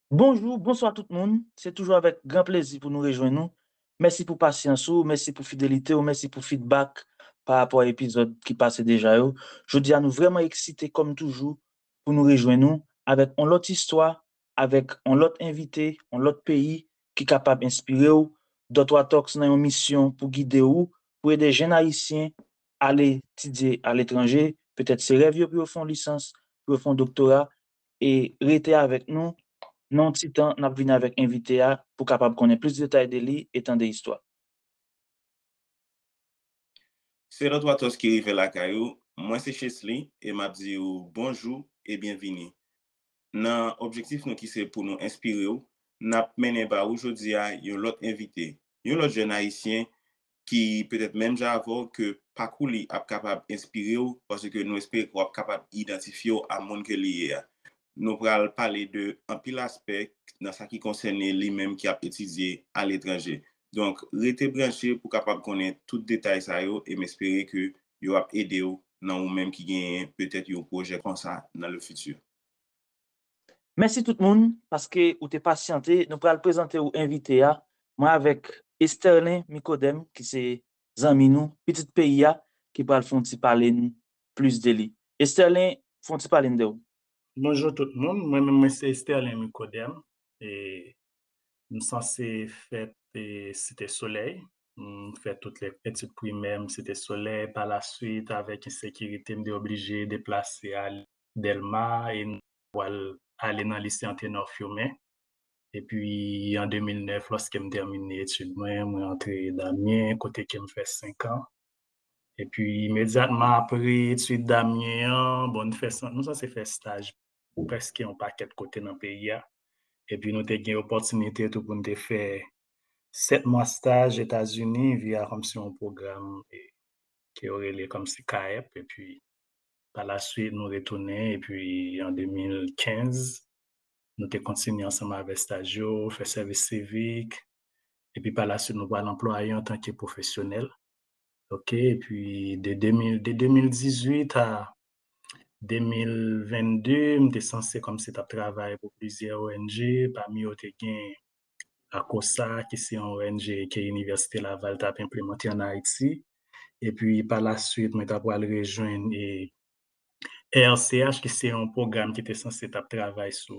Bonjour, bonsoir tout le monde. C'est toujours avec grand plaisir pour nous rejoindre. Nous. Merci pour patience, merci pour fidélité, merci pour feedback par rapport à l'épisode qui passait déjà. Je dis à nous vraiment excités comme toujours pour nous rejoindre nous avec une autre histoire, avec un autre invité, un autre pays qui est capable d'inspirer ou d'autres talks dans une mission pour guider ou pour aider les jeunes haïtiens à aller étudier à l'étranger. Peut-être c'est rêve pour faire licence, pour faire doctorat et rester avec nous. Non ti tan nap vini avèk invité a pou kapab konen plus detay de li etan de histwa. C'est notre Watos qui arrive la caillou. Moi, c'est Chesley et m'a dit bonjour et bienvenue. Nan objectif nou ki se pour nous inspirer ou, n'a mené ba aujourd'hui à yon lot invité. Yon lot jeune haïtien qui peut-être même j'avoue que parcours li ap capable inspirer ou parce que nous espérons qu'on ap capable identifier ou à monde que lié a. Nous pral parler de un pile aspect dans ce qui concerne lui-même qui a étudié à l'étranger. Donc, restez branché pour capable connaître tout détail ça yo et m'espérer que yo a aidé ou dans ou même qui gagne peut-être un projet comme ça dans le futur. Mersi tout moun, paske ou te pasyante, nou pral prezante ou invité a, mwen avèk Esterlin Mikodem, ki se zanmi nou, pitit peyi a, ki pral fonti pale nou plus de li. Esterlin, fonti pale nou de ou. Bonjour tout le monde, moi-même c'est Sterling Mikodem et nous censé faire Cité Soleil, faire toutes les études primaires Cité Soleil, par la suite avec insécurité, me obligé de déplacer à Delma et pour aller dans le lycée Anténor Fiumet. Et puis en 2009, lorsque je terminé les études, moi, je suis entré dans Damien, côté qui me fait 5 ans. Et puis immédiatement après études Damien, bon, nous ça c'est fait stage presque un paquet de côté dans le pays. Et puis nous avons eu l'opportunité pour nous faire 7 mois de stage aux États-Unis via comme si un programme qui aurait comme si CAEP. Et puis par la suite, nous retournons. Et puis en 2015, nous avons continué ensemble avec Stagio, fait service civique. Et puis par la suite, nous allons employer en tant que professionnel. OK, et puis de 2018 à 2022, j'étais censé comme si travailler pour plusieurs ONG, parmi eux, il ACOSA, qui c'est une ONG que l'Université Laval a implémenté en Haïti. Et puis par la suite, je vais rejoindre RCH, qui c'est un programme qui était censé travailler sur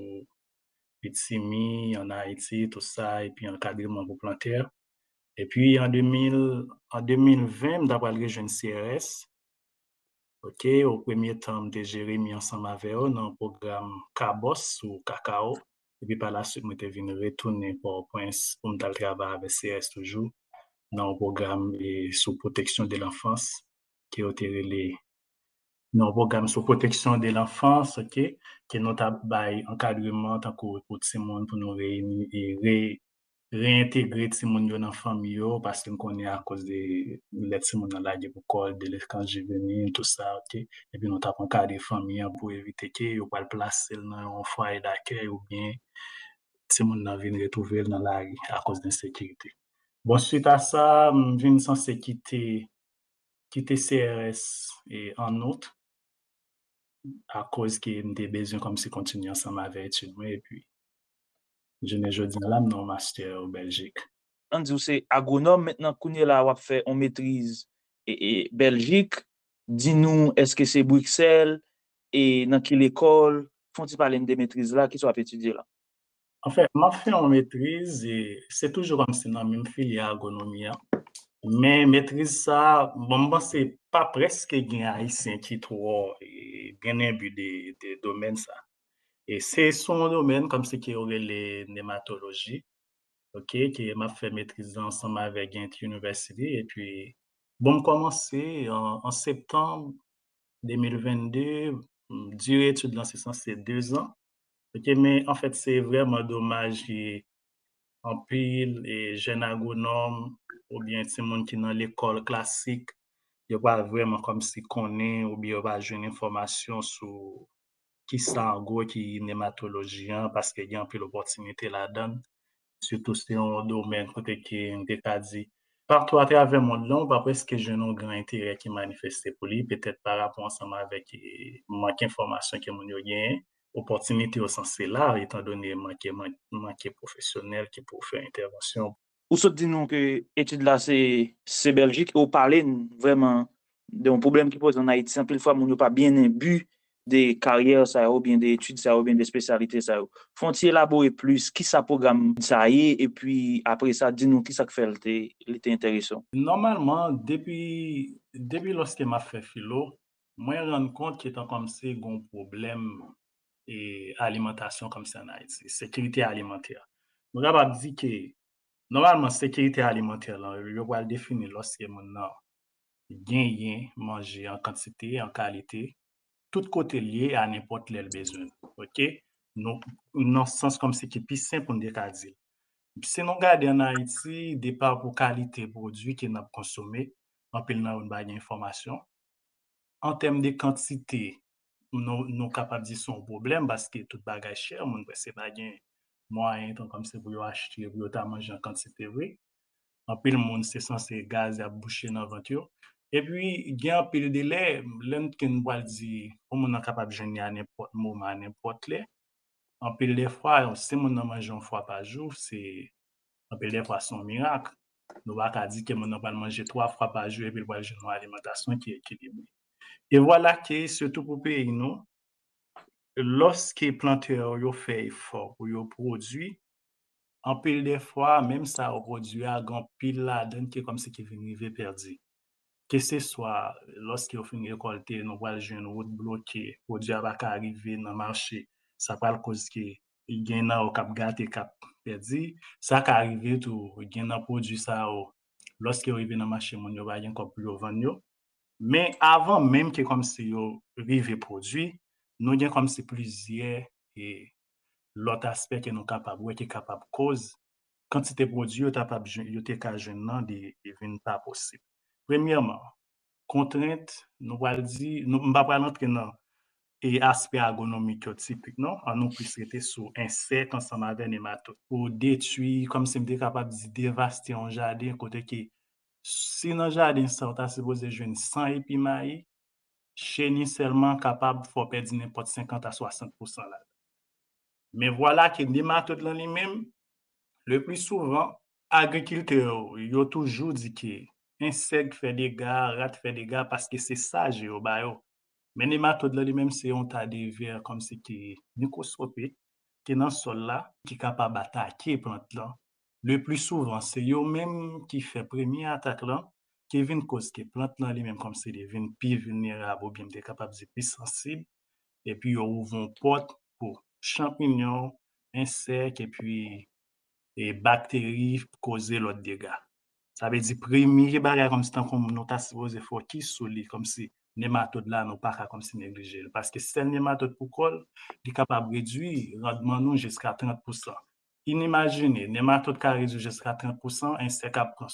Pitsimi, en Haïti, tout ça, et puis encadrement pour planter. Et puis en 2020, je vais rejoindre CRS. OK, au premier temps, de Jérémy ensemble avec eux dans le programme Cabos ou Cacao. Et puis par la suite, je suis venu retourner pour Prince pour me travailler avec CS toujours dans le programme sur protection de l'enfance qui est relé dans le programme sur protection de l'enfance, OK, qui est notre encadrement tant que pour tout le monde pour nous réunir et réintégrer tout le monde dans la famille parce qu'on connaît à cause de les monde dans la l'école de quand j'ai venu tout ça, OK, et puis nous avons encadré famille pour éviter que yo pas le placer dans un foyer d'accueil ou bien tout le monde n'a vient retrouver dans la rue à cause d'insécurité. Bon, suite à ça, je viens censé quitter CRS et en août à cause que j'ai besoin comme si continuer ensemble avec études et puis je n'ai jeudi là mon master en Belgique. An di ou se agronome, maintenant kounye la wap fè on maîtrise et Belgique, di nou eske se Bruxelles et nan ki l'école, fonti pale nou de maîtrise la, ki so ap étudier là. En fait, m'a fait en maîtrise et c'est toujours comme si dans la même filière agronomie. Mais maîtrise ça, bon, c'est pas presque un haïtien qui trop bien imbu des domaines ça. Et c'est son domaine comme ce qui aurait les nématologies, OK, qui m'a fait maîtriser ensemble avec Ghent University. Et puis, bon, commencer en septembre 2022, durée étude là, c'est censé 2 ans. OK, mais en fait, c'est vraiment dommage en pile et jeune agronome ou bien ti moun qui dans l'école classique, yo pas vraiment comme si connaît ou bien yo pas joine information sur qui ça en gros qui nématologie parce que y a un peu l'opportunité là-dedans. Surtout c'est un domaine côté qui t'a dit partout à travers le monde là, on va presque jeune un grand intérêt qui manifesté pour lui, peut-être par rapport ensemble avec manque d'information que moun yo gagne. opportunité au sens là, étant donné manquer professionnel qui pour faire intervention. Ou sot di nou que étude là c'est Belgique, ou parler vraiment d'un problème qui pose en Haïti. En pile fois, moun yo pas bien imbu des carrières ça ou bien des études ça ou bien des spécialités ça. Font-ils élaborer plus qui ça programme ça y est, et puis après ça dis nous qui ça fait l'été intéressant. Normalement, depuis lorsque m'a fait philo, moi je rends compte qu'il est comme c'est un problème et alimentation comme ça en Haïti, sécurité alimentaire. Je suis capable de dire que normalement sécurité alimentaire là, je vais le définir lorsque maintenant gagner manger en quantité, en qualité, tout côté lié à n'importe quel besoin. OK? Nous dans sens comme c'est qui plus simple pour nous dire. Si nous regardons en Haïti, départ pour qualité produit que nous consommé, en pile nous avons des informations. En termes de quantité, nous capables de dire son problème parce que tout bagage cher, mon c'est pas gain moyen tant comme c'est pour acheter pour manger en quantité oui. En pile monde c'est censé gaz à boucher dans venture. Et puis il y a un pile de lait, l'un que nous va dire on est capable de joindre à n'importe moment, à n'importe lait. En pile des fois, si on mange une fois par jour, c'est en pile des fois son miracle. Nous va pas dire que on pas manger 3 fois par jour et puis avoir une alimentation qui est équilibrée. Et voilà que surtout pour pays nous, lorsque planteur yo fait effort pour yo produit, en pile des fois même ça au produit a grand pile la donne qui est comme si qui vient arriver perdu. Que ce soit lorsque vous finissez récolter, nous voyons une route bloquée, produit va pas arriver dans le marché, ça pas cause que il y a au cap gâté cap perdu, ça qui arrive tout, il y a un produit ça lorsque vous arrivez dans le marché, mon yo va y encore plus vendre. Mais avant même que comme si yo arrive produit, nous avons comme si plusieurs et l'autre aspect que nous capable qui est capable cause quantité produit yo capable yo te ka joindre des vinn pas possible. Premièrement, contrainte, nous va dire, nous pas rentrer dans et aspect ergonomique typique non, on nous plus traiter sur insectes ensemble avec nématodes pour détruire comme si m'était capable de dévaster un jardin côté que si dans jardin ça on t'a supposé joindre 100 épis chenille seulement capable faut perdre n'importe 50 à 60% là. Mais voilà que nématode là lui-même le plus souvent agriculteur yo toujours dit que insecte fait des dégâts, rat fait des dégâts parce que c'est sage yo ba yo. Mais nématode là lui-même c'est un tas de vers comme si qui microscopique qui dans sol là qui capable attaquer plante là. Le plus souvent c'est yo même qui fait première attaque là qui vient cause que plante là lui-même comme c'est des vinn plus vulnérable ou bien des capable de plus sensible et puis yo ouvre une porte pour champignons, insectes et puis et bactéries causer l'autre dégâts. Ça veut dire premier bagage comme si comme nous t'a supposé focus sur lui comme si nématode là nous pas comme si négliger parce que si c'est nématode pour col, il est capable de réduire rendement nous jusqu'à 30%. Inimaginez nématode qui réduit jusqu'à 30%, insecte qui prend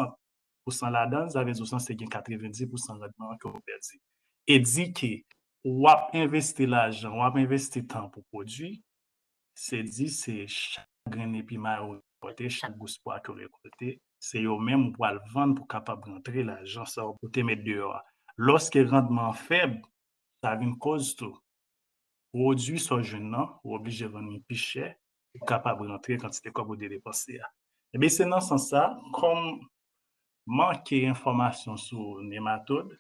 60% là-dedans, ça veut dire que c'est 90% rendement que vous perdez. Et dit que ou investir l'argent, ou investir temps pour produire, c'est dit c'est chaque grain épi récolté, chaque gousse pois que récolté, c'est eux même pour le vendre pour capable rentrer l'argent ça pour te mettre dehors. Lorsque le rendement faible, ça vient cause tout. Produit soit jeune non, ou obligé de vendre plus cher pour capable rentrer quantité quoi pour dépenser. Et bien c'est dans ce sens ça comme manquer information sur nématode.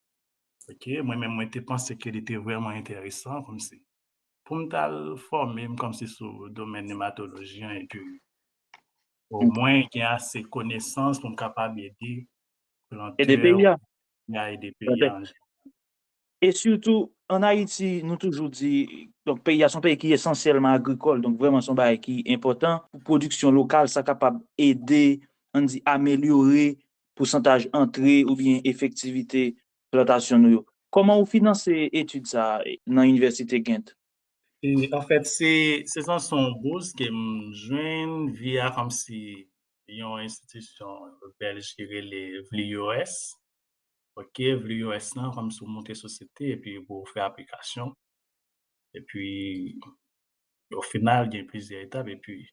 OK, moi-même moi te pensé qu'il était vraiment intéressant comme si pour me former comme si sur le domaine nématologie et puis au moins qu'il y a assez de connaissances pour me capable d'aider Et des planteurs pays là. à aider pays en général. Et surtout, en Haïti, nous toujours dit, donc pays, son pays qui est essentiellement agricole, donc vraiment son pays qui est important pour production locale, ça capable aider, on dit améliorer pourcentage entrée ou bien effectivité plantation nous. Comment vous financez études ça dans l'université Gent? Et en fait, c'est dans son bourse que me joindre via comme si une institution belge qui les VLIOS. OK, VLIOS là comme sur monter société et puis pour faire application. Et puis au final, il y a plusieurs étapes et puis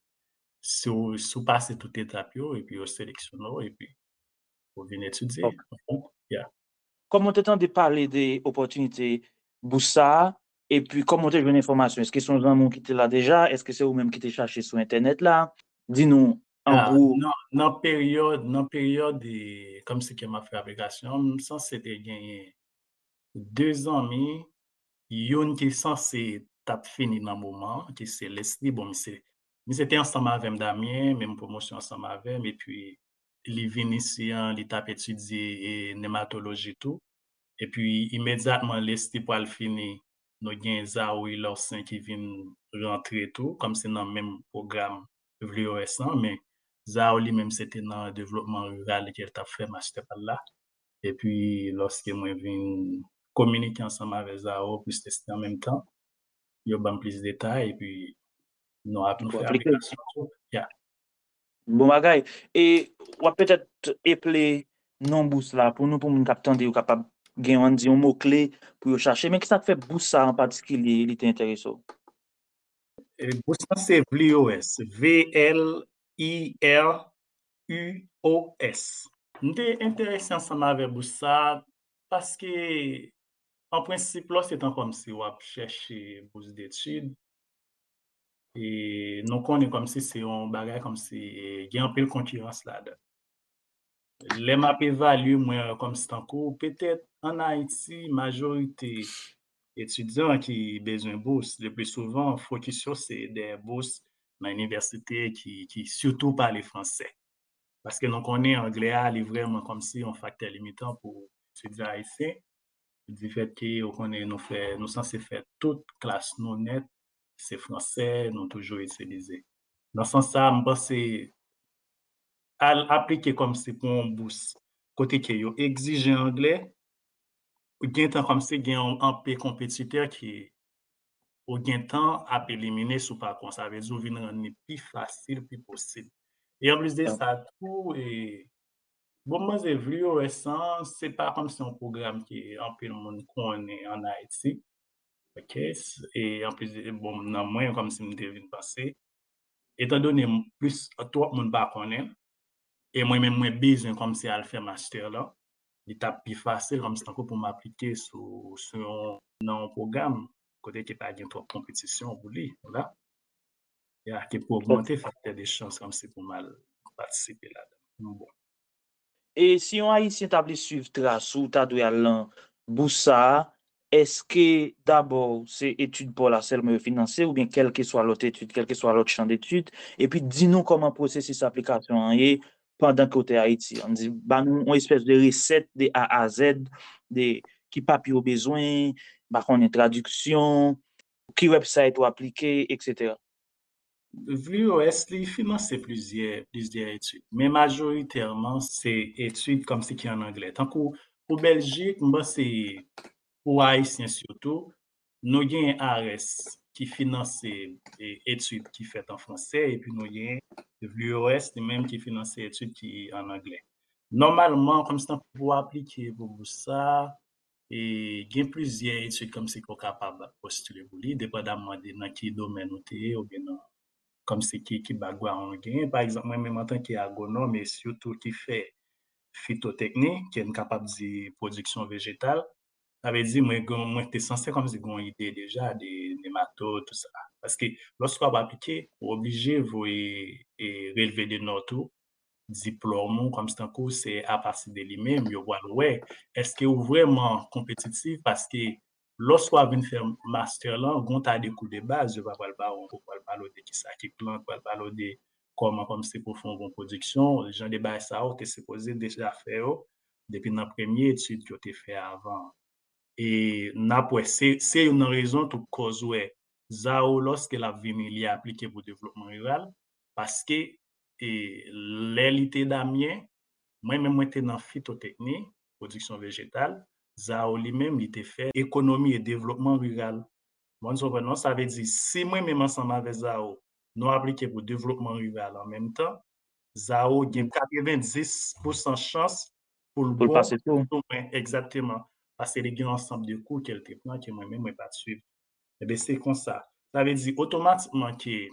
sous passer toute étape yo, et puis au sélectionner et puis pour venir étudier. Ok. Yeah. Comme on t'entend de parler des opportunités Boussa Et puis, comment tu as eu l'information? Est-ce que son gens qui était là déjà? Est-ce que c'est vous-même qui t'es cherché sur Internet là? Dis-nous, en gros. Dans période comme c'est que m'a fait application, ça c'était gagné 2 amis, yon qui est censé tap fini dans le moment, qui c'est Leslie, bon, mais c'était ensemble avec Damien, même promotion ensemble avec, et puis, il vient ici, il tap étudié et nématologie tout. Et puis, immédiatement, Leslie pour le finir, nous avons Zaoui Lorsin qui vient rentrer tout, comme c'est dans le même programme VLOS, mais Zao lui-même, c'était dans le développement rural qu'il a fait master par là. Et puis, lorsque moi viens communiquer ensemble avec Zao, puis tester en même temps, il y a plus de détails, et puis nous Pour fait appliquer. application. Yeah. Bon bagay. Et on va peut-être appeler non boost là pour nous nous capter ou capable gagner un mot clé pour chercher. Mais qu'est-ce que ça fait boost ça en particulier, il était intéressant. Et ça c'est VLOS, VLIRUOS. Nous sommes intéressés ensemble avec ça parce que en principe là c'est comme si on chercher bourse d'études. Et nous connaissons comme si c'est un bagage comme si il y a un peu de concurrence là-dedans. Les map évalue moi comme c'est en cours, peut-être en Haïti, majorité étudiants qui besoin de bourse, le plus souvent, focus sur c'est des bourses dans l'université qui surtout parlent français. Parce que nous connaissons anglais est vraiment comme si un facteur limitant pour étudiants haïtiens. Du fait que nous censés faire toute classe non net, c'est français, nous toujours utilisé. Dans ce sens-là, je pense que appliquer comme c'est pour une bourse, côté que yo exige anglais, ou bien tant comme c'est gain un peu compétiteur qui ou gain temps à éliminer sous par contre, ça veut dire venir rendre plus facile, plus possible. Et en plus de ça, tout et bon, moi j'ai vu au récent, c'est pas comme si un programme qui un peu le monde connaît en Haïti. OK? Et en plus, bon, non, moi, comme si je devine passer, étant donné plus, tout le monde pas connaît, et moi-même, moi, besoin comme si elle fait master là, il est plus facile comme c'est encore pour m'appliquer sur un programme, côté qui pas de trop compétition pour lui, voilà. Et qui pour augmenter, faire des chances comme c'est pour mal participer là-dedans. Bon. Et si on haïtien table suivre trace ou ta doit aller Boussa, est-ce que d'abord c'est étude pour la seulement financière ou bien quelle que soit l'autre étude, quel que soit l'autre champ d'études, et puis dis-nous comment processus application est pendant côté Haïti. On dit bah nous une espèce de recette de A à Z, des qui papier au besoin, bah on est traduction, qui website ou appliquer, etc. VLOS finance plusieurs études, mais majoritairement, c'est études comme ce qui est en anglais. Tant que pour Belgique, moi, c'est pour Haïtiens surtout, nous avons ARS qui finance études qui fait en français et puis nous avons VLOS même qui finance études qui en anglais. Normalement, comme ça, pour appliquer pour ça, et il y a plusieurs études comme c'est qu'on est capable de postuler pour lui, dépendamment de dans quel domaine nous sommes ou bien comme c'est qui background gain. Par exemple, moi-même en tant qu'agronome, mais surtout qui fait phytotechnique, qui est capable de production végétale, ça veut dire moi t'es censé comme si une idée déjà des nématodes, tout ça. Parce que lorsqu'on va appliquer, on est obligé de relever des notes diplôme comme c'est un cours, c'est à partir de lui-même, il voit ouais, est-ce que vous vraiment compétitif parce que lorsqu'on vient faire master là, on a des cours de base, je vais parler de qui ça qui plante, on va parler de comment comme c'est pour faire une bonne production, les gens de base ça, tu es supposé déjà faire depuis la première étude que tu as fait avant. Et c'est une raison toute cause ouais, Zao lorsque la venu il a appliqué pour le développement rural parce que l'élité d'Amiens, moi-même, moi, j'étais dans phytotechnie, production végétale. Zao lui-même, il était fait économie et développement rural. Bon, ça veut dire, si moi-même, ensemble avec Zao, nous appliquons pour développement rural en même temps, Zao a 90% chance pour le Pour le bon, passer tout. exactement. Parce que les grands ensemble de cours qu'elle te prend, que moi-même, je ne pas suivre. Eh bien, c'est comme ça. Ça veut dire automatiquement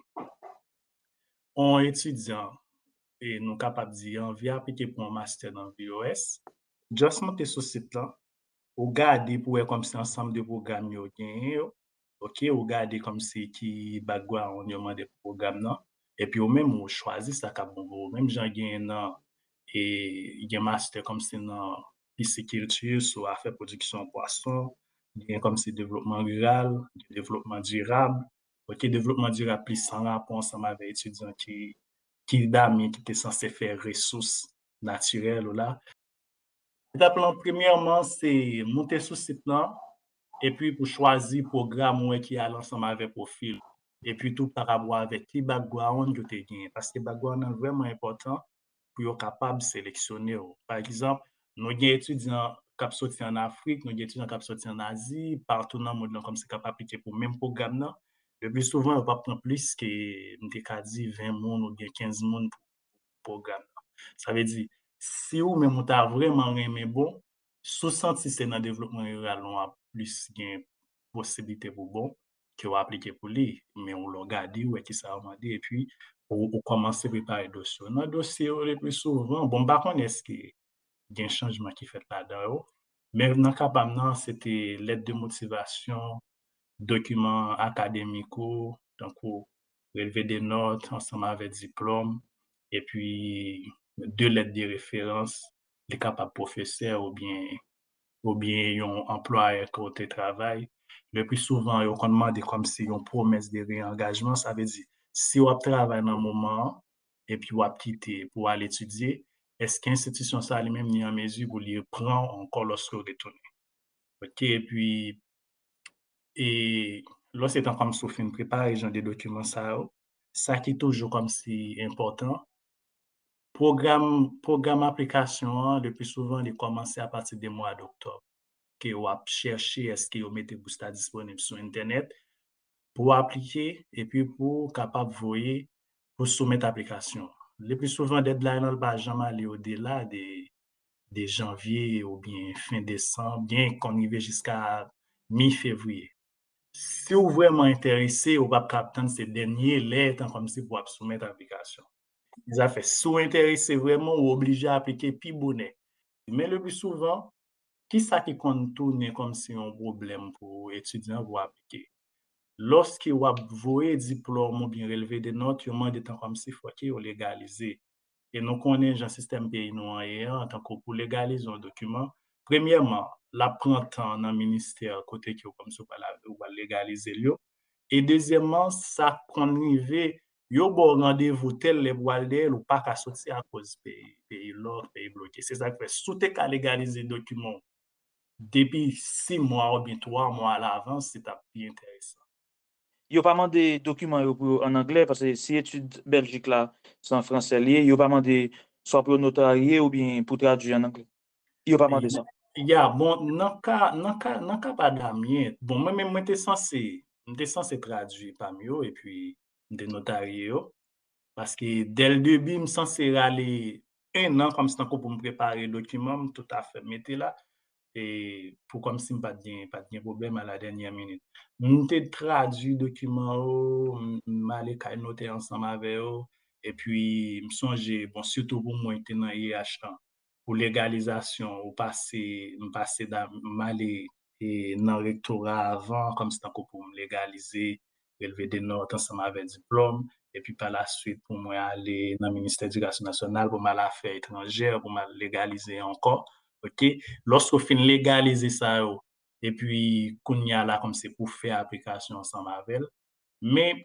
qu'un étudiant et nous capables de dire envie appliquer pour un master dans VOS, juste monter sur ce site là, ou garder pour comme si ensemble de programmes yo gagné OK, ou gade comme si qui background yo mande programme nan, et puis ou même ou choisi ça ka bon pour ou. Même jan gen nan gen master comme si nan pisciculture sur affaire production poisson, gen comme si développement rural, développement durable. OK, développement durable plus sans rapport ensemble avec étudiant qui dami qui était censé faire ressources naturelles ou là. Étape lan premièrement, c'est monter sous site lan, et puis pour choisir programme ouais qui al ensemble avec profil. Et puis tout par rapport avec qui background que tu gen. Parce que background est vraiment important pour yo capable sélectionner. Par exemple, nous gen étudiants qui sorti en Afrique, nous gen étudiants qui sorti en Asie, partout dans le monde là, comme c'est capable appliquer pour même programme là. Le plus souvent, on va prendre plus que m'te ka di 20 moun ou bien 15 moun pour programme là. Ça veut dire si ou même ou ta vraiment aimé bon, sous senti c'est dans développement rural on a plus gain possibilité pour bon que ou appliquer pour lui, mais on l'a gardé ouais qui ça demandé et puis ou commencer préparer dossier. Dans dossier le plus souvent, bon par contre est-ce que il y a un changement qui fait là-dedans, mais dans capable non, c'était lettre de motivation, documents académiques, donc relever des notes ensemble avec diplôme, et puis 2 lettres de référence, les capables professeurs ou bien un employeur côté travail. Le plus souvent, on demande comme si une promesse de réengagement, ça veut dire si on travaille dans un moment et puis on quitter pour aller étudier, est-ce que l'institution ça elle-même est en mesure pour lui prendre encore lorsque retourner. OK, et puis et lorsque c'est comme sur fin préparer genre des documents ça qui est toujours comme si important. Programme application, le plus souvent, il commence à partir du mois d'octobre. Que vous chercher est-ce que vous mettez Boosta disponible sur Internet pour appliquer et puis pour capable voyer pour soumettre l'application. Le plus souvent, deadline ne va jamais aller au-delà de janvier ou bien fin décembre, bien qu'on y va jusqu'à mi-février. Si vous êtes vraiment intéressé, vous va capter ces derniers lettres comme si vous soumettre l'application. Ils ont fait sous intéressé vraiment ou obligé à appliquer puis bonnet. Mais le plus souvent, qui ça qui contourne comme si un problème pour étudiant pour appliquer. Lorsque vous avez diplôme ou bien relevé des notes, vous demandez tant comme si faut que vous légalisez. Et nous connaissons un système pays nous en tant que pour légaliser un document. Premièrement, la prend temps dans le ministère côté qui comme ça ou va légaliser le. Et deuxièmement, ça qu'on arrive yo bon rendez-vous tel les boaldel ou pas qu'à sortir à cause pays l'autre pays bloqué. C'est ça que fait sous te qu'à légaliser document depuis 6 mois ou bien 3 mois à l'avance, c'est bien intéressant. Yo pas mandé documents yo pour en anglais parce que si études Belgique là, c'est en français lié, yo pas mandé soit pour notarier ou bien pour traduire en anglais. Yo pas mandé ça. Bon, dans cas pas d'amien, bon, moi-même, moi, j'étais censé traduire parmi eux et puis, j'étais notarié yo. Parce que dès le début, je me censé aller 1 an comme ça pour me préparer le document, tout à fait, mettez là. Et pour comme si pas de problème à la dernière minute. M'te traduit document m'aller noter ensemble avec eux et puis me songer bon surtout pour moi était dans IH pour légalisation ou passer dans m'aller et dans rectorat avant comme c'est encore pour me légaliser relever des notes ensemble avec diplôme et puis par la suite pour moi aller dans le ministère de l'Éducation nationale pour m'aller affaires étrangères pour m'aller légaliser encore. OK, lorsqu'on fin légaliser ça et puis qu'on y a là comme c'est pour faire application ensemble avec mais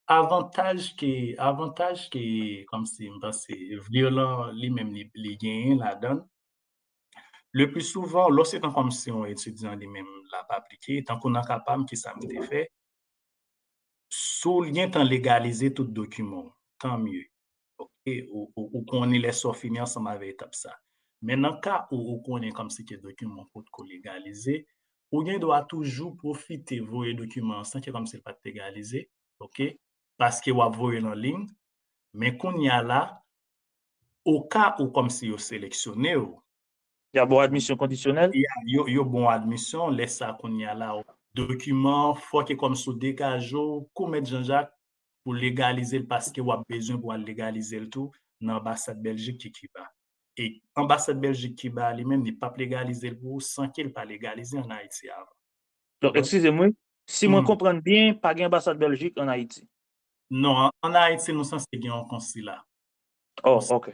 avantage que comme si me pense violent lui-même les gain la donne le plus souvent lorsque c'est comme si on étudiant lui-même l'a pas appliqué tant qu'on est capable que ça m'était fait sous lien tant légaliser tout document tant mieux. OK, ou qu'on les sort finir ensemble avec étape ça. Mais dans le cas où on est comme si que document pour légaliser, ou bien doit toujours profiter de vos documents sans que comme c'est pas légalisé, OK? Parce que vous avez en ligne, mais qu'on y a là, au cas où comme si vous sélectionnez, Il y a bon admission conditionnelle. yo bon admission, laisse ça qu'on y a là, document, faut que comme sous dégage, commettre Jean-Jacques pour légaliser parce que vous avez besoin pour légaliser le tout dans l'ambassade Belgique qui va. Et l'ambassade Belgique qui va lui-même n'est pas légaliser le pour sans qu'il pas légaliser en Haïti avant. Donc, excusez-moi, Si moi comprends bien, pas d'ambassade Belgique en Haïti. Non, en Haïti, nous sommes un consulat. Oh, ok.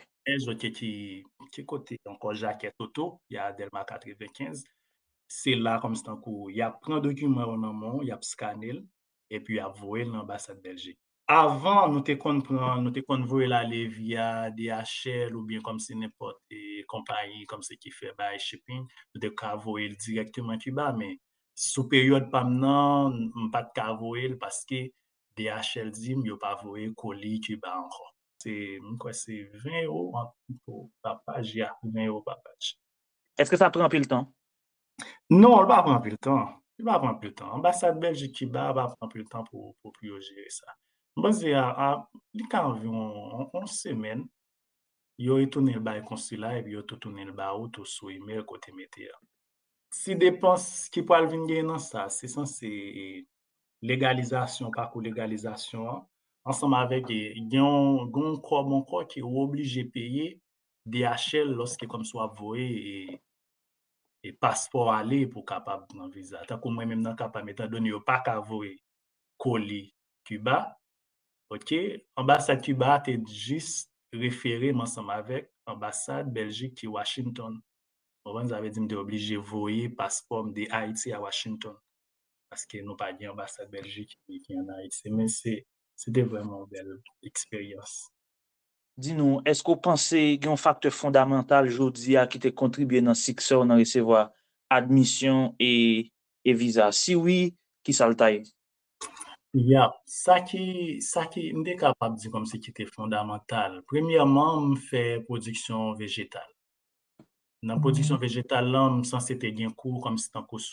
Qui côté encore Jacques Toto, il y a Delma 95. C'est là comme c'est en cours. Il y a plein de documents en amont, il y a scanner et puis il y a voyer l'ambassade Belgique. Avant, nous te voyer l'aller via DHL ou bien comme c'est n'importe compagnie comme c'est qui fait by shipping, nous te voyer directement Cuba, mais sous période pas maintenant, pas de voyer parce que DHL dit il pas voyer colis Cuba encore. C'est 20 € pour papage, il y a 20 € papage. Est-ce que ça prend plus le temps? Non, il va prendre plus le temps. Il va prendre plus le temps. L'ambassade Belgique qui va prendre plus le temps pour gérer ça. Basé il y a environ 11 semaines, il a retourné le bail consulat et puis il a retourné le bail tout sur email côté métier. Si dépense qui peut venir dans ça, c'est censé légalisation, parcours légalisation, ensemble avec il y a un corps qui est obligé de payer DHL lorsque comme soit voyé et passeport aller pour capable prendre visa. Tant que moi-même non capable, étant donné yo pas qu'à voyer colis Cuba, OK, ambassade Cuba t'est juste référé ensemble avec ambassade Belgique qui Washington. Vous avez dit m'était obligé voyer passeport de Haïti à Washington parce que nous pas ambassade Belgique qui en Haïti, mais c'était vraiment une belle expérience. Dis-nous, est-ce qu'on pense qu'il y a un facteur fondamental aujourd'hui qui te contribué dans le succès dans recevoir admission et visa? Si oui, qui ça le taille? Yeah, ça qui m'était capable de dire comme c'est qui était fondamental. Premièrement, me fait production végétale. Dans la production végétale, là, me censé te gen cours comme c'est un cours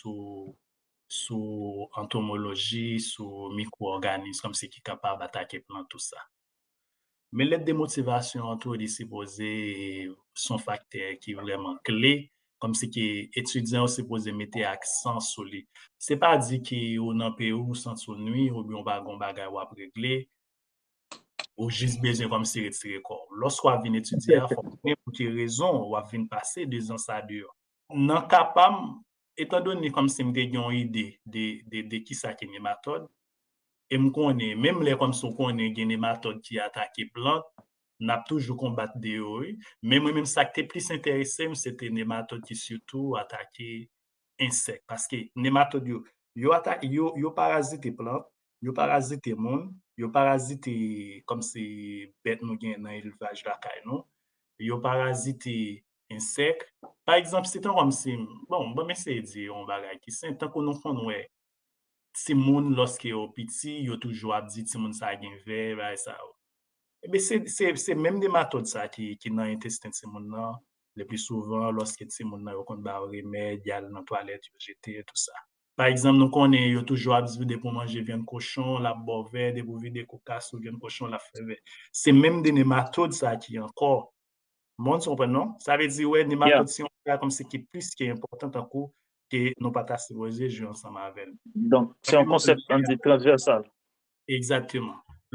sous entomologie, sous micro-organismes, comme c'est qui capable d'attaquer plan tout ça. Mais l'aide de motivation autour de supposé son facteur qui est vraiment clé, comme c'est que étudiant supposé mettre accent sur lui. C'est pas dit que dans pays où sans sous nuit ou bien on va gon bagay ou ap régler ou juste besoin comme si retirer corps. Lorsqu'on vient étudier, il faut connaître pour quelle raison on vient passer 2 ans ça dure. Non capable étant donné comme si m'te une idée de qui ça qui nématode et me connaît même les comme si connaît gen nématode qui attaque plante n'a toujours combattre des mais moi même ça qui était plus intéressé c'était nématode qui surtout attaquer insectes parce que nématode yo attaque yo parasite plante yo parasite monde yo parasite comme c'est bête nous gen dans élevage la caille non yo parasite insectes par exemple c'est comme si bon mais c'est dire on bagay qui c'est tant qu'on nous font ouais ti moun lorsque yo petit yo toujours a dit ti moun ça gen ver ba ça mais c'est même des méthodes ça qui dans intestin ti moun nan le plus souvent lorsque ti moun nan yo kon ba remède yal dans toilette yo jeter tout ça par exemple nous connaît yo toujours a dit pour manger viande cochon la bovin de pour vider cocasse ou viande cochon la fève c'est même des nématodes ça qui encore monde comprend non ça veut dire ouais Yeah. nématodes si on regarde comme c'est qui plus qui est important encore que nous pas supposé jouer ensemble avec. Donc, c'est un concept on dit transversal. Exactement.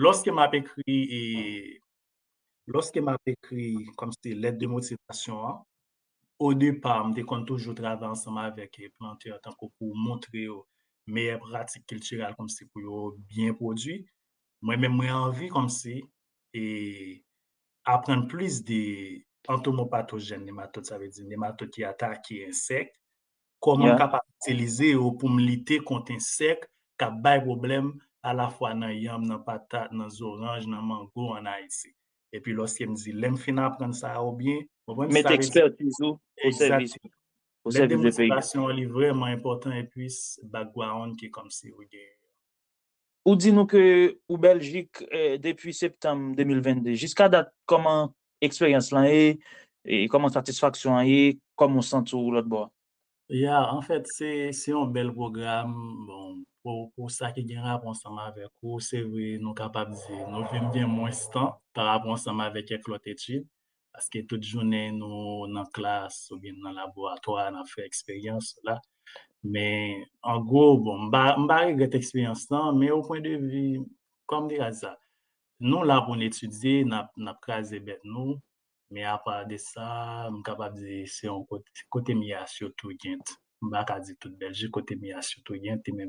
Lorsque m'a écrit comme c'était lettre de motivation, hein, au départ, je compte toujours travailler ensemble avec les planteurs tant que pour montrer aux meilleures pratiques culturelles comme c'est pour yo bien produit. Moi-même, moi envie comme c'est et apprendre plus des entomopathogènes nématodes, ça veut dire nématodes qui attaquent les insectes, comment Yeah. capable utiliser pour me lutter contre insectes qui bay problème à la fois dans yam, dans patate, dans orange, dans mango en Haïti. Et puis lorsqu'il me dit l'aime fin apprendre ça ou bien, Mettre ça veut dire expertise au service, exactement. au L'aide de service des pays. motivation est vraiment important et puis background qui est comme si vous Ou dis-nous que ou Belgique, depuis septembre 2022, jusqu'à date, comment expérience là est, et comment satisfaction est, comment on sent tout l'autre bord? Yeah, en fait, c'est un bel programme. Bon, pour ça qui gagne rapport ensemble avec vous, c'est vrai, nous capables de dire, nous vivons bien moins de temps par rapport ensemble avec quelques autres études. Parce que toute journée, nous, dans la classe ou bien dans le laboratoire, on a fait expérience là. Mais en gros, bon, m'ba regrette expérience là, mais au point de vue, comme dire ça, nous là pour étudier, n'a crasé bête nous, mais à part de ça, je suis capable de dire c'est un côté mia surtout gent. M'ba ka dire toute Belgique côté mia surtout gent et même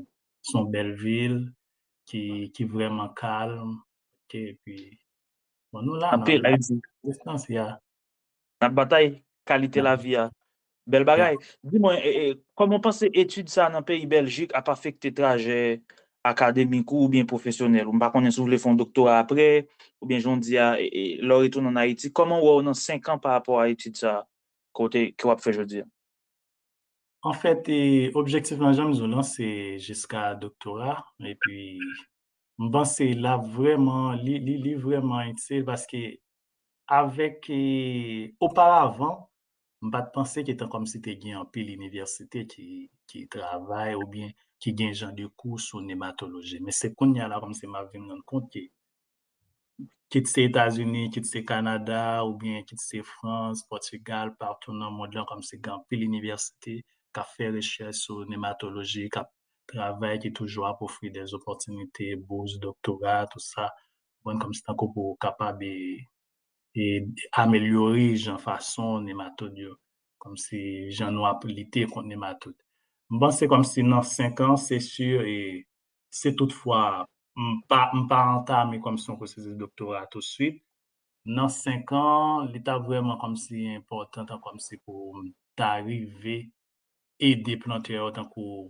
son belle ville, qui vraiment calme. OK, et puis, bon, nous là, En pile, dans Haïti. distance, il y a, La bataille, qualité la vie. Bel bagay. Dis-moi, comment penser étude ça dans le pays Belgique a pas affecté trajet académique ou bien professionnel? On pas connaît si vous voulez faire un doctorat après, ou bien j'en dis leur retourne en Haïti. Comment on dans 5 ans par rapport à étude ça, côté, que vous fait, je veux dire? en fait, et objectivement, j'aime Zolan, c'est jusqu'à doctorat. Et puis, bon, c'est là vraiment, vraiment utile parce que avec, auparavant, m'pas te penser qu'il était comme si t'es gen en pile université qui travaille ou bien qui gen genre de cours sur nématologie. Mais c'est qu'on y a là comme si m'a vinn rendre compte que quitte c'est États-Unis, quitte c'est Canada ou bien quitte c'est France, Portugal, partout dans le monde là comme c'est grand pile université qui a fait recherche sur nématologie, qui a travaillé, qui toujours a offrir des opportunités, bourse, doctorat, tout ça. Bon, comme c'est encore pour capable et améliorer jan façon nématode yo, comme si jan nou ap lite contre nématode. Bon, c'est comme si dans 5 ans, c'est sûr, et c'est toutefois, m'pa entamé comme si on processus de doctorat tout de suite. Dans 5 ans, l'état vraiment comme si important, comme si pour t'arriver aider planteur tant que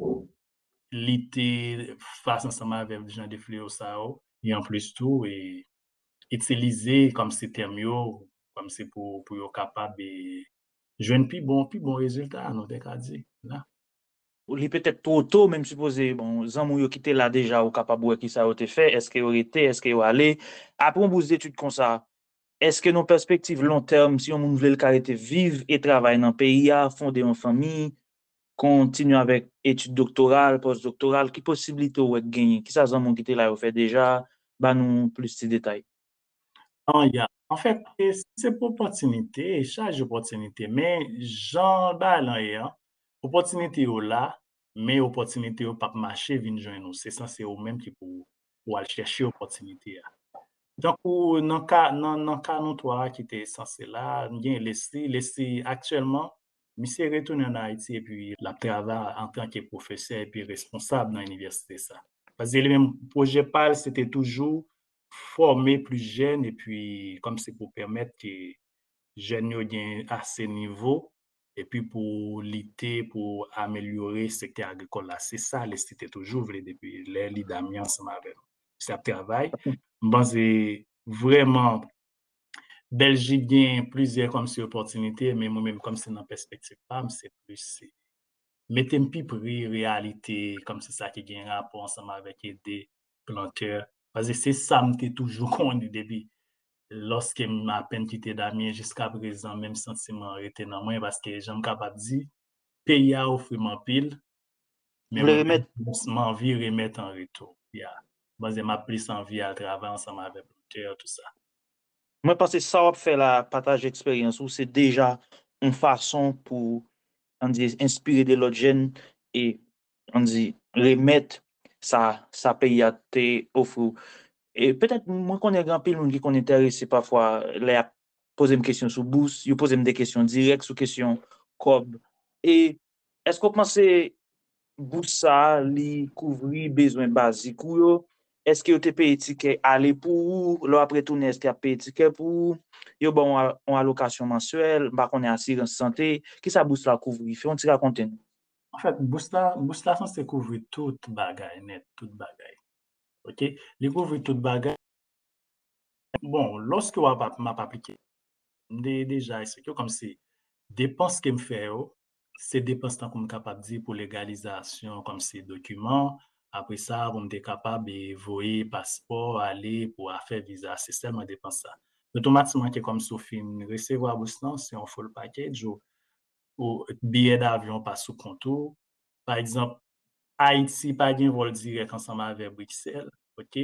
lite face ensemble avec gens de fléau ça yo, et en plus tout, et utiliser comme ces termes yo, comme c'est pour yo capable de joindre plus bon résultat, nous te ka di, là. Ou li peut-être trop tôt, même supposé, bon, zanmou yo qui étaient là déjà, ou capable ouais, qui ça a été fait, est-ce que yo été, est-ce que yo allé, après on bout d'études comme ça, est-ce que nos perspectives long terme, si on veut le caractère vivre et travailler dans le pays, fonder une famille, continue avec études doctorales, postdoctorales, qui possibilité ou gagner, qui ça zanmou qui était là, ou fait déjà, bah nous plus de détails. Non, il y a, en fait, c'est pour opportunité, charge opportunité, mais Jean Balan hein, opportunité yo là, mais opportunité yo pas marcher vinn joindre nous. C'est ça, c'est eux même qui pour aller chercher opportunité. Donc, dans cas nous trois qui était censé là, bien laissé actuellement, monsieur retourné en Haïti et puis la travaille en tant que professeur et puis responsable dans l'université ça. Parce que le même projet PAL, c'était toujours former plus jeunes et puis comme c'est pour permettre que jeunes yo gain assez niveau et puis pour lutter pour améliorer le secteur agricole là. C'est ça, c'était toujours voulu depuis les lidami ensemble avec nous. Ça travail. Bon, c'est vraiment Belgique gagne plusieurs comme si opportunités, mais moi-même comme c'est dans perspective pas, c'est plus mettez un prix réalité comme c'est ça qui gagne rapport ensemble avec des planteurs. Parce que c'est ça m'était toujours connu depuis lorsque m'a peine quitté Damien jusqu'à présent, même sentiment était dans moi parce que j'aime capable dire pays a offert mon pile, Vous mais voulez moi-même remettre, m'envie remettre en retour. Yeah. Parce que m'a plus envie à travailler ensemble avec planteurs, tout ça. moi, pense que ça va faire la partage d'expérience, ou c'est déjà une façon pour on dit, inspirer de l'autre jeune et on dit, remettre ça pays à te offre. Et peut-être, moi, qu'on est grand pile, monde qui qu'on est intéressé parfois, là, poser une question sur bourse, il pose des questions directes sur question cob. Et est-ce qu'on pense bourse ça, li couvrir besoin basique ou yo? Est-ce que vous te payé ticket aller pour ou, là après tourner, est-ce qu'il y a payé ticket pour yo bon on allocation mensuelle, bah qu'on est assurance santé, qui ça bourse la couvrir? Fait on tire raconter. En fait, boost la san se couvrir tout bagay net, tout bagay. OK? Li couvrir tout bagay. Bon, lorsque m'a appliqué, déjà, c'est que comme si dépenses que me fait yo, c'est dépenses tant qu'on capable dire pour légalisation comme ces documents. Après ça, on est capable de voyer passeport, aller pour faire visa. C'est seulement dépenses ça. Automatiquement, que comme sous fin recevoir bourse c'est un full package ou billet d'avion pas sous contour. Par exemple, Haïti pa gen vol direct ensemble avec Bruxelles, ok?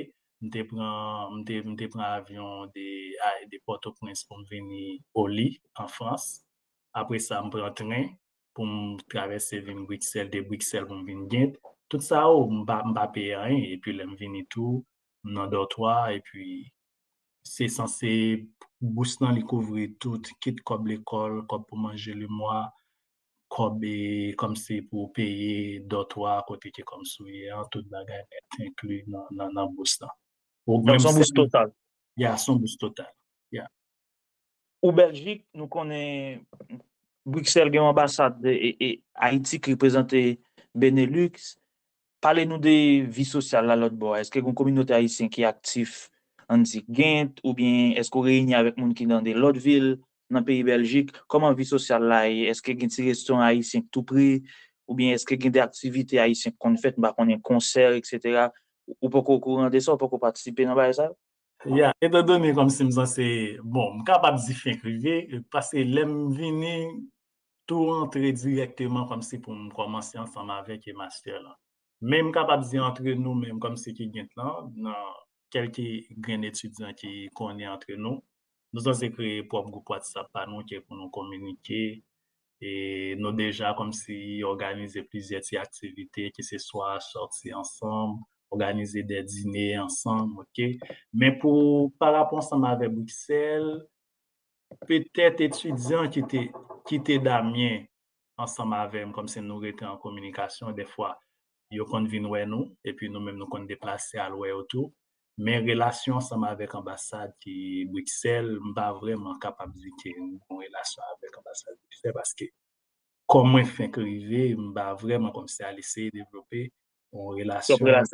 M'te pran avion de Port-au-Prince pour venir au Lit, en France. Après ça, m'prend train pour traverser vin Bruxelles, de Bruxelles pour venir Ghent. Tout ça, m'pa payer rien, et puis là, m'vini tout, dans dortoir, et puis c'est censé bourse nan li couvrir tout, kit comme l'école, comme pour manger le mois, comme c'est pour payer d'autres côté qui comme ça, tout bagage est inclus dans bourse là. Ou Donc, même son boost total. il y a son bourse total. Yeah. Ou Belgique, nous connaissons Bruxelles, une ambassade et Haïti qui représente Benelux. Parlez-nous de vie sociale à l'autre bord. Est-ce qu'il y a une communauté haïtienne qui est active en Ghent ou bien est-ce qu'on réunit avec les gens qui sont dans l'autre ville, dans le pays Belgique? Comment vie sociale là? Est-ce qu'il y a des restaurants haïtiens tout prix ou bien est-ce qu'il y a des activités haïtiennes qu'on fait, qu'on a un concert, etc. Ou pas qu'on courant de ça, ou pas qu'on participe dans ça? Yeah, étant donné comme si c'est bon, je suis capable de faire privé parce que l'aime venir tout rentrer directement comme si pour commencer ensemble avec les master là. Même capable de entre nous même comme si qui gagne là, dans quelques grands étudiants qui connaissent entre nous. Nous avons créé propre groupe WhatsApp par nous qui est pour nous communiquer et nous déjà comme si organiser plusieurs activités que ce soit sortir ensemble, organiser des dîners ensemble, OK? Mais pour par rapport ensemble avec Bruxelles, peut-être étudiants qui étaient d'Amiens ensemble avec nous, comme si nous étions en communication des fois, ils qu'on venir ouais nous et puis nous-mêmes nous qu'on déplacer à l'ouest autour. Mais relation ensemble avec l'ambassade qui Bruxelles, pas vraiment capable de dire qu'il y a une relation avec l'ambassade de Bruxelles parce que comme moi fin arrivé, pas vraiment comme ça à essayer de développer une relation.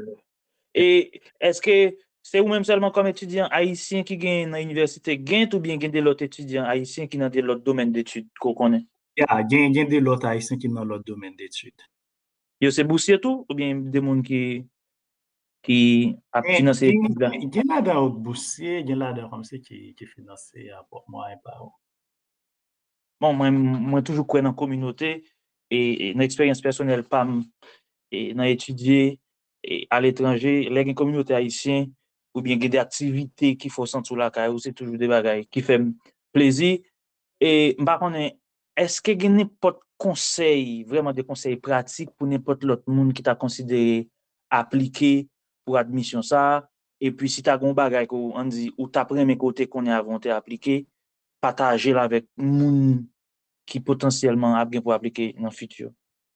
Et est-ce que c'est ou même seulement comme étudiant haïtien qui gagne dans l'université Ghent ou bien gagne des autres étudiants haïtiens qui dans des autres domaines d'études qu'on connaît? Il y a des autres haïtiens qui dans l'autre domaine d'études. Yo c'est boursier tout ou bien des gens qui a financé études là? Il y a là-dedans boursier, il y a là-dedans comme ça qui financé pour moi et pas. Bon, moi toujours crois dans la communauté et dans l'expérience personnelle pas et dans étudier et à l'étranger, les communautés haïtiennes ou bien des activités qu'il faut sentir la caille, c'est toujours des bagages qui fait plaisir. Et par contre, est-ce que y a n'importe conseil, vraiment des conseils pratiques pour n'importe l'autre monde qui t'a considéré appliquer pour admission ça? Et puis, si tu as un bagage qu'on dit, ou tu apprends mes côtés qu'on est inventé appliquer, partager avec monde qui potentiellement a bien pour appliquer dans le futur.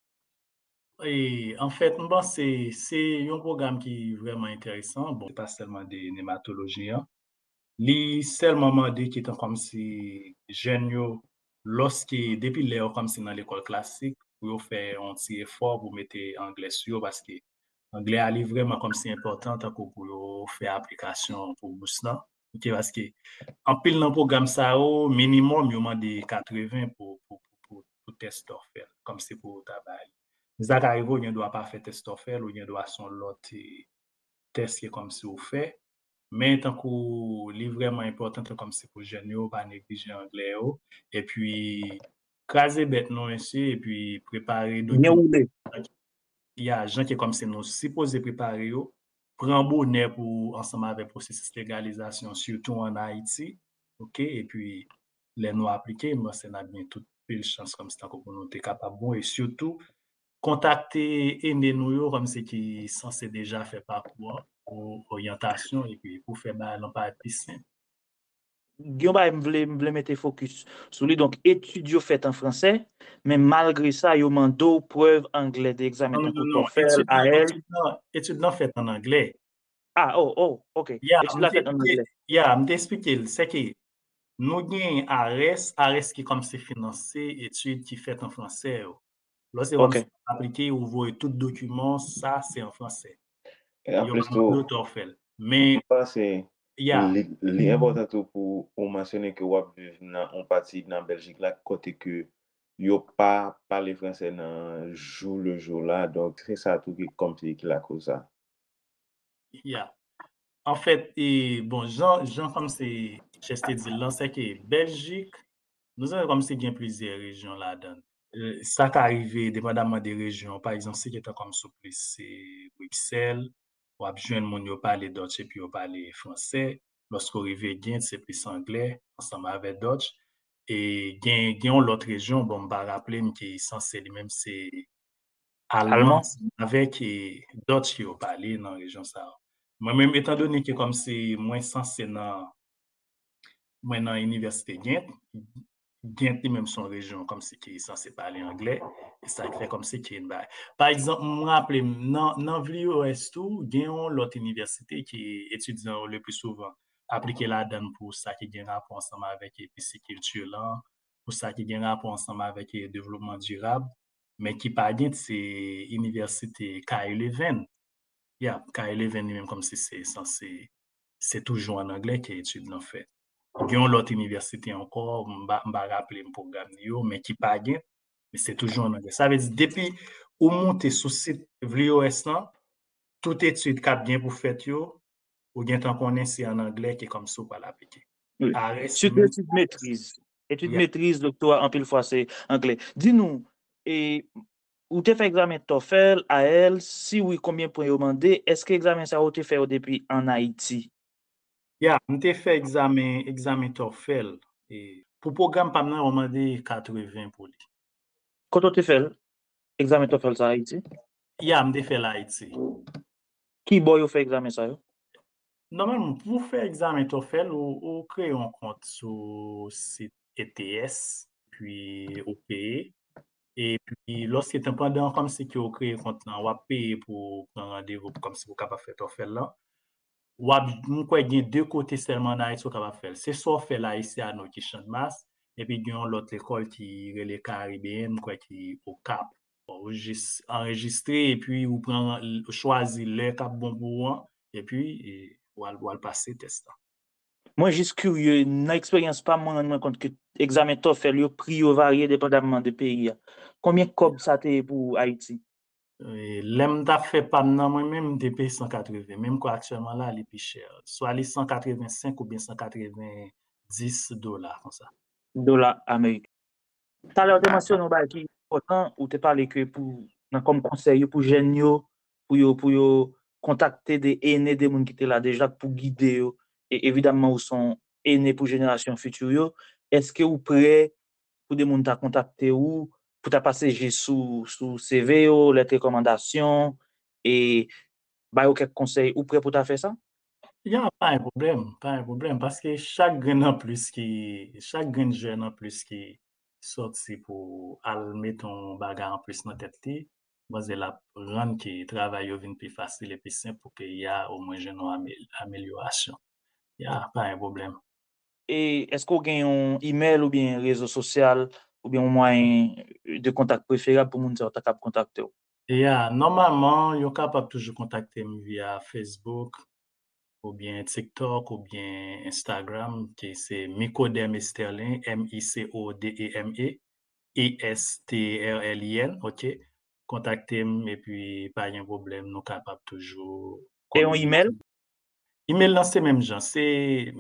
Et en fait, bon, c'est un programme qui est vraiment intéressant. Bon, c'est pas seulement des nématologies, hein. Li seulement demandé qui étant comme si jeunes yo, lorsque depuis l'air comme si dans l'école classique, pour faire un petit effort pour mettre anglais sur yo, parce que anglais est vraiment comme si important tant que pour yo faire application pour bourse là. OK, parce que en pile dans programme ça au minimum yo demandé 80 pour test TOEFL comme c'est pour travail. Ça arrive on doit pas faire test TOEFL ou on doit son l'autre test qui est comme si on fait. Mais tant que est vraiment important comme c'est pour jeunes yo pas négliger anglais yo et puis craser bête non ainsi et puis préparer Bien documents. roulé. Il y a gens qui comme c'est nous supposé préparer yo prend bonnet pour ensemble avec processus de légalisation surtout en Haïti. OK et puis les nous appliquer moi c'est n'a bien toute pile chance comme ça pour nous être capable bon et surtout contacter aînés nous yo comme c'est qui censé déjà faire parcours pour orientation et puis pour faire un pas plus simple. Guillaume, je voulais mettre focus sur lui. Donc, études fait en français, mais malgré ça, il mando preuve anglais d'examen Non, tant non, que non, TOEFL, AELTS. étude non fait en anglais. Ah, OK. Yeah, Études la fait en anglais. m'expliquer, c'est que nous gagnons ARES qui comme c'est financé, études qui fait en français. Lorsque comme c'est OK. appliqué, vous voyez tout document, ça c'est en français. Et en Il y a plus, pas de TOEFL. Mais, c'est yeah, l'important tout pour mentionner que vous vivez dans un parti dans Belgique là, côté que yo pas parler français dans jour le jour là, donc c'est ça tout qui complique la cause ça. yeah. En fait, et bon, Jean comme c'est, je te dis là, c'est que Belgique, nous avons comme c'est bien plusieurs régions là-dedans. Ça qui arrive, dépendamment des régions, par exemple, ce qui est comme souple, c'est Bruxelles, ou à besoin de monde qui parle Dutch et puis qui parle français. Lorsqu'on arrive à Ghent, c'est plus anglais, ensemble avec Dutch. Et Ghent, l'autre région, bon, je me rappeler qui est censé lui-même, c'est allemand, Allemand? avec Dutch qui parle dans la région ça. Moi-même, étant donné que comme c'est moins censé dans l'université Ghent, gen li même son région comme si qui est censé parler anglais et ça fait comme si qui est une bail. Par exemple, me rappelle dans VLIOS tout, gen yon l'autre université qui étudiant le plus souvent appliqué la donne pour ça qui gen rapport ensemble avec pisciculture là, pour ça qui gen rapport ensemble avec le développement durable, mais qui pas gen c'est université KU11. Yeah, KU11 même comme si c'est censé c'est toujours en anglais qui étude l'en fait. Gen l'autre université encore, m'a rappelé le programme yo, mais qui pas gen, mais c'est toujours en anglais. Ça veut dire depuis ou monter sur site VLIOS là, toute étude qu'a bien pour faire yo, ou gen tant qu'on c'est en anglais qui est comme ça pour l'appliquer. Oui. Reste Surtout même étude maîtrise. Étude yeah. maîtrise, doctorat, en pile fois, c'est anglais. Dis-nous, et ou te fait examen TOEFL, AELTS, si oui, combien de points vous demandez? Est-ce que l'examen ça a été fait depuis en Haïti? Yeah, m'te fait examen TOEFL et pour programme pas on m'a dit 80 pour lui. Quand on te fait examen TOEFL ça Haïti? Yeah, m'te fait l'Haïti. Qui boy fait examen ça yo? Normalement, pour faire examen TOEFL, ou crée un compte sur site ETS, puis ou paye. Et puis, lorsque tu pendant comme si tu crée un compte là, ou payer pour prendre rendez-vous comme si vous capable faire TOEFL là. Ou nous quoi il y a deux côtés seulement dans Haïti capable faire. C'est soit fait là ici à nous qui chante masse et puis il y a l'autre école qui relais caribéenne quoi qui au Cap. Enregistrer et puis ou prend choisir le cap bon pour vous et puis ou al passer test là. Moi, juste curieux, dans l'expérience, pas moi, rendre compte que examen TOEFL, le prix yo varie dépendamment de pays. Combien de cob ça t'est pour Haïti? L'aime t'a fait pas non moi-même des pays 180 même quoi actuellement là il est plus cher soit les 185 ou bien 190 dollars comme ça. Dollars américains. Tout à l'heure, tu as mentionné un bagage qui est important, ou tu as parlé que pour, comme conseil pour jeunes, pour yo contacter des aînés, des gens qui étaient là déjà pour guider, yo, et évidemment, où sont aînés pour génération future. Yo. Est-ce que vous prêt pour des gens t'a contacté ou pour t'a passer sous CV, yo, les recommandations et bah, yo quelques conseils ou prêt pour t'a faire ça? Il y a pas un problème parce que chaque grain jeune en plus qui sorti pour al mettre ton bagage en plus dans tête li, moi c'est la rendre qui travail yo vinn plus facile et plus simple pour que y a au moins jeune amélioration. Il y a pas un problème. Et est-ce qu'on gagne un email ou bien un réseau social ou bien un moyen de contact préférable pour moun sa ta capable contacter ou? Et normalement, yo capable toujours contacter me via Facebook ou bien TikTok ou bien Instagram qui c'est Micodem Esterlin, Micodeme Estrlin, OK? Contactez-moi et puis pas un problème, nous capable toujours Et un email? communiquer. Email là c'est même genre, c'est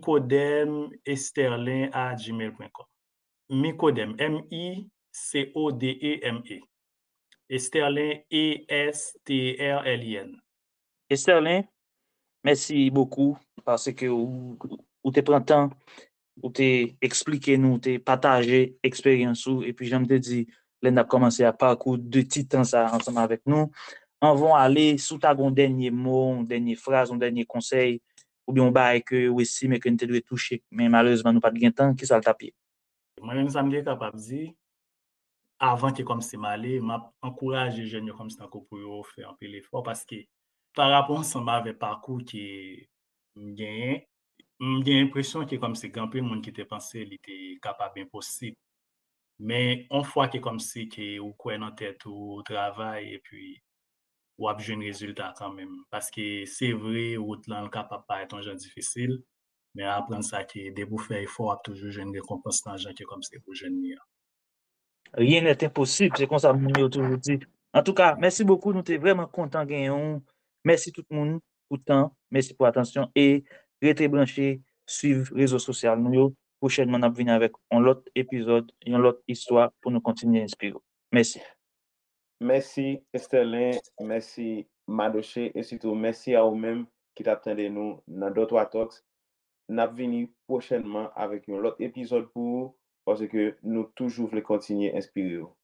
micodem@gmail.com. Micodem, Micodeme. Esterlin, Estrlin. Et Sterling, merci beaucoup parce que ou te prend temps, ou te expliqué nous, te partagé expérience ou, et puis j'aime te dire, l'on a commencé à parcours de titans ça ensemble avec nous. On va aller sous ta dernier mot, une dernière phrase, un dernier conseil, ou bien on va que aussi mais que nous te doit toucher, mais malheureusement nous pas de temps, qui ça le taper. Moi-même, ça me capable de dire, avant que comme c'est malé, m'a encouragé jeunes yo comme ça pour yo faire un peu l'effort parce que par rapport ensemble avec parcours qui m'gagne, j'ai l'impression que comme c'est grand peu monde qui était pensé il était capable impossible. Mais une fois que comme c'est que ou quoi dans tête ou travail et puis ou a un résultat quand même parce que c'est vrai route là capable paraître un genre difficile mais apprendre ça que dès pour faire effort toujours une récompense dans gens qui comme c'est pour jeune. Rien n'est impossible, c'est comme ça que nous toujours dit. En tout cas, merci beaucoup, nous sommes vraiment contents de gagner. Merci tout le monde pour le temps, merci pour l'attention et restez branchés, suivre les réseaux sociaux. Nous, prochainement, on va venir avec un autre épisode et une autre histoire pour nous continuer à inspirer. Merci. Merci Esterlin, merci Madoché et surtout merci à vous-même qui t'attendez nous dans d'autres talks. Nous venons prochainement avec un autre épisode pour vous parce que nous toujours voulons continuer à inspirer.